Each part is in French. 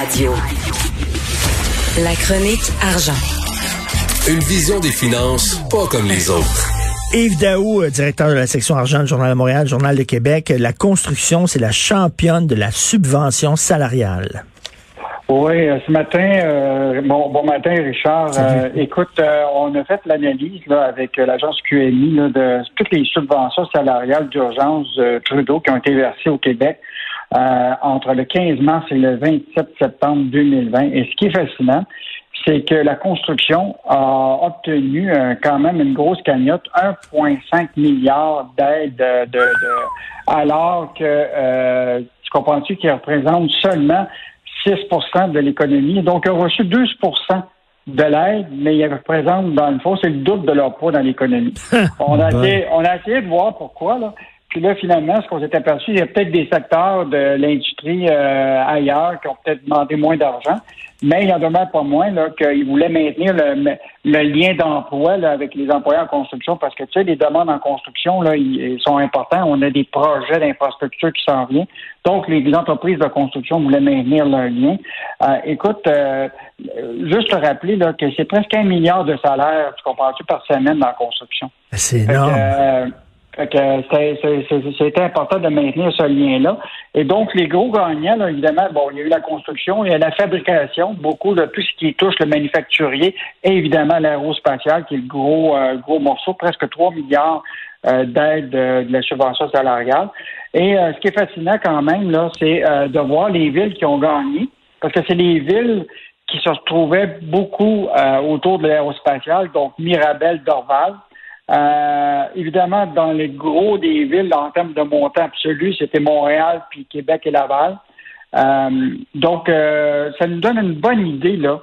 Radio. La chronique argent. Une vision des finances pas comme les autres. Yves Daou, directeur de la section argent du Journal de Montréal, Journal de Québec. La construction, c'est la championne de la subvention salariale. Oui, ce matin, bon matin, Richard. Écoute, on a fait l'analyse là, avec l'agence QMI là, de toutes les subventions salariales d'urgence Trudeau qui ont été versées au Québec entre le 15 mars et le 27 septembre 2020. Et ce qui est fascinant, c'est que la construction a obtenu quand même une grosse cagnotte, 1,5 milliard d'aides alors que, tu comprends-tu, qui représente seulement 6 de l'économie. Donc, ils ont reçu 12 de l'aide, mais ils représentent, dans le fond, c'est le double de leur poids dans l'économie. On a essayé de voir pourquoi, là. Puis là, finalement, ce qu'on s'est aperçu, il y a peut-être des secteurs de l'industrie ailleurs qui ont peut-être demandé moins d'argent, mais il y en demeure pas moins là qu'ils voulaient maintenir le lien d'emploi là, avec les employés en construction, parce que tu sais, les demandes en construction là, ils sont importants. On a des projets d'infrastructure qui s'en viennent. Donc, les entreprises de construction voulaient maintenir leur lien. Écoute, juste te rappeler là, que c'est presque 1 milliard de salaires, tu comprends-tu, par semaine dans la construction. C'est énorme. C'était important de maintenir ce lien-là. Et donc, les gros gagnants, là, évidemment, bon, il y a eu la construction, il y a la fabrication, beaucoup de tout ce qui touche le manufacturier, et évidemment l'aérospatial, qui est le gros morceau, presque 3 milliards d'aide de la subvention salariale. Et ce qui est fascinant quand même, là, c'est de voir les villes qui ont gagné, parce que c'est les villes qui se retrouvaient beaucoup autour de l'aérospatial, donc Mirabel, Dorval. Évidemment, dans les gros des villes, en termes de montant absolu, c'était Montréal, puis Québec et Laval. Donc, ça nous donne une bonne idée là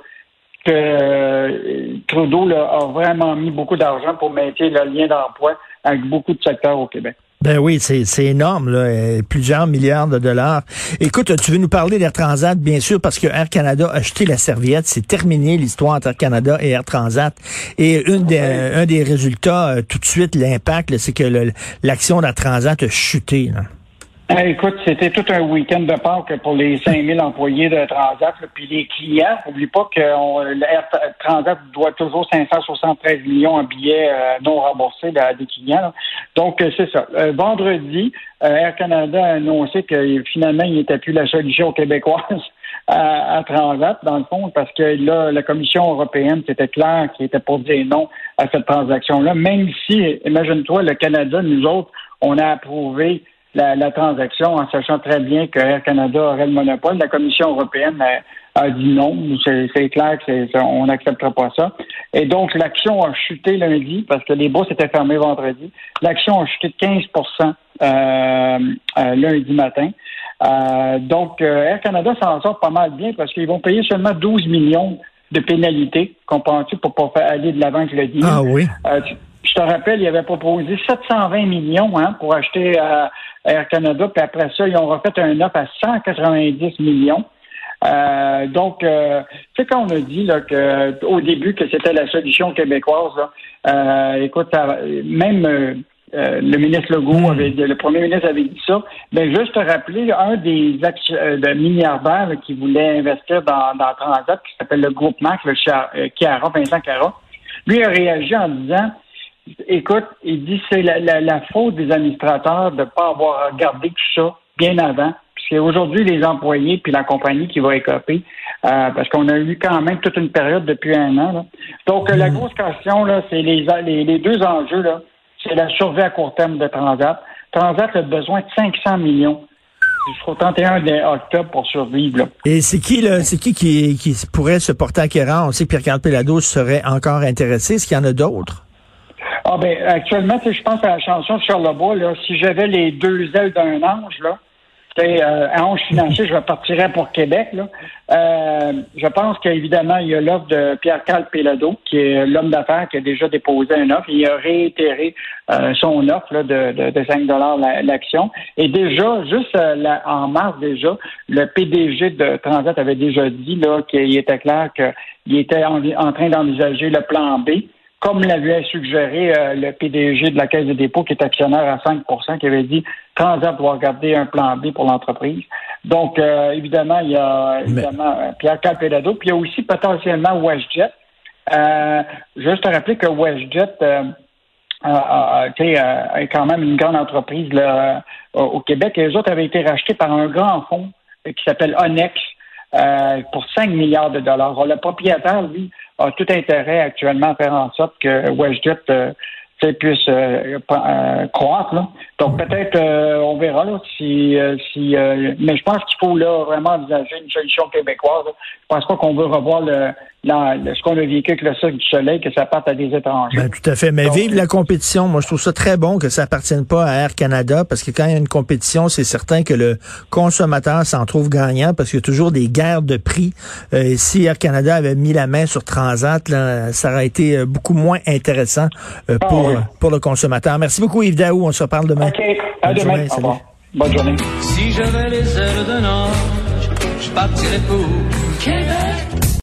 que Trudeau là, a vraiment mis beaucoup d'argent pour maintenir le lien d'emploi avec beaucoup de secteurs au Québec. Ben oui, c'est énorme, là, plusieurs milliards de dollars. Écoute, tu veux nous parler d'Air Transat, bien sûr, parce que Air Canada a jeté la serviette. C'est terminé l'histoire entre Air Canada et Air Transat. Et un des résultats, tout de suite, l'impact, c'est que l'action d'Air Transat a chuté. Là. Écoute, c'était tout un week-end de Pâques pour les 5000 employés de Transat. Puis les clients, n'oublie pas que Air Transat doit toujours 573 millions en billets non remboursés à des clients. Là. Donc, c'est ça. Vendredi, Air Canada a annoncé que finalement, il n'était plus la solution québécoise à Transat, dans le fond, parce que là, la Commission européenne, c'était clair qu'il était pour dire non à cette transaction-là. Même si, imagine-toi, le Canada, nous autres, on a approuvé la transaction en sachant très bien que Air Canada aurait le monopole. La Commission européenne a dit non. C'est clair on n'acceptera pas ça. Et donc, l'action a chuté lundi parce que les bourses étaient fermées vendredi. L'action a chuté de 15 lundi matin. Donc, Air Canada s'en sort pas mal bien parce qu'ils vont payer seulement 12 millions de pénalités, comprends-tu, pour pas aller de l'avant avec le deal. Ah oui? Je te rappelle, il avait proposé 720 millions pour acheter Air Canada, puis après ça, ils ont refait un offre à 190 millions. Donc, tu sais, quand on a dit là, que au début que c'était la solution québécoise, là, écoute, même le ministre Legault le premier ministre avait dit ça. Mais juste te rappeler, un des milliardaires là, qui voulait investir dans Transat, qui s'appelle le groupe Mac, le Chiara, Vincent Chiara, lui a réagi en disant, écoute, il dit c'est la faute des administrateurs de ne pas avoir regardé tout ça bien avant. Puis c'est aujourd'hui les employés puis la compagnie qui va écoper. Parce qu'on a eu quand même toute une période depuis 1 an. Là. Donc, la grosse question, là, c'est les deux enjeux, là. C'est la survie à court terme de Transat. Transat a besoin de 500 millions jusqu'au 31 octobre pour survivre. Là. Et c'est qui qui pourrait se porter acquérant? On sait que Pierre-Carl Péladeau serait encore intéressé. Est-ce qu'il y en a d'autres? Actuellement, je pense à la chanson de Charlebois, là, si j'avais les deux ailes d'un ange, là, un ange financier, je partirais pour Québec. Là. Je pense qu'évidemment, il y a l'offre de Pierre-Carl Péladeau, qui est l'homme d'affaires qui a déjà déposé une offre. Il a réitéré son offre là, de 5 $ l'action. Et déjà, juste en mars déjà, le PDG de Transat avait déjà dit là qu'il était clair qu'il était en train d'envisager le plan B comme l'avait suggéré le PDG de la Caisse des dépôts, qui est actionnaire à 5%, qui avait dit Transat doit regarder un plan B pour l'entreprise. Donc, évidemment, il y a Pierre Calpelado, puis il y a aussi potentiellement WestJet. Juste à rappeler que WestJet est quand même une grande entreprise là, au Québec, et les autres avaient été rachetés par un grand fonds qui s'appelle Onex pour 5 milliards de dollars. Alors, le propriétaire, lui, a tout intérêt actuellement à faire en sorte que WestJet puisse croître. Là. Donc peut-être on verra là, mais je pense qu'il faut là vraiment envisager une solution québécoise. Là. Je pense pas qu'on veut revoir ce qu'on a vécu avec le Cirque du Soleil, que ça parte à des étrangers. Ben, tout à fait. Mais vive la compétition. Moi, je trouve ça très bon que ça appartienne pas à Air Canada, parce que quand il y a une compétition, c'est certain que le consommateur s'en trouve gagnant, parce qu'il y a toujours des guerres de prix. Et si Air Canada avait mis la main sur Transat, là, ça aurait été beaucoup moins intéressant pour le consommateur. Merci beaucoup, Yves Daou. On se reparle demain. OK. À demain. Au revoir. Bonne journée. Si j'avais les ailes d'un ange, je partirais pour Québec.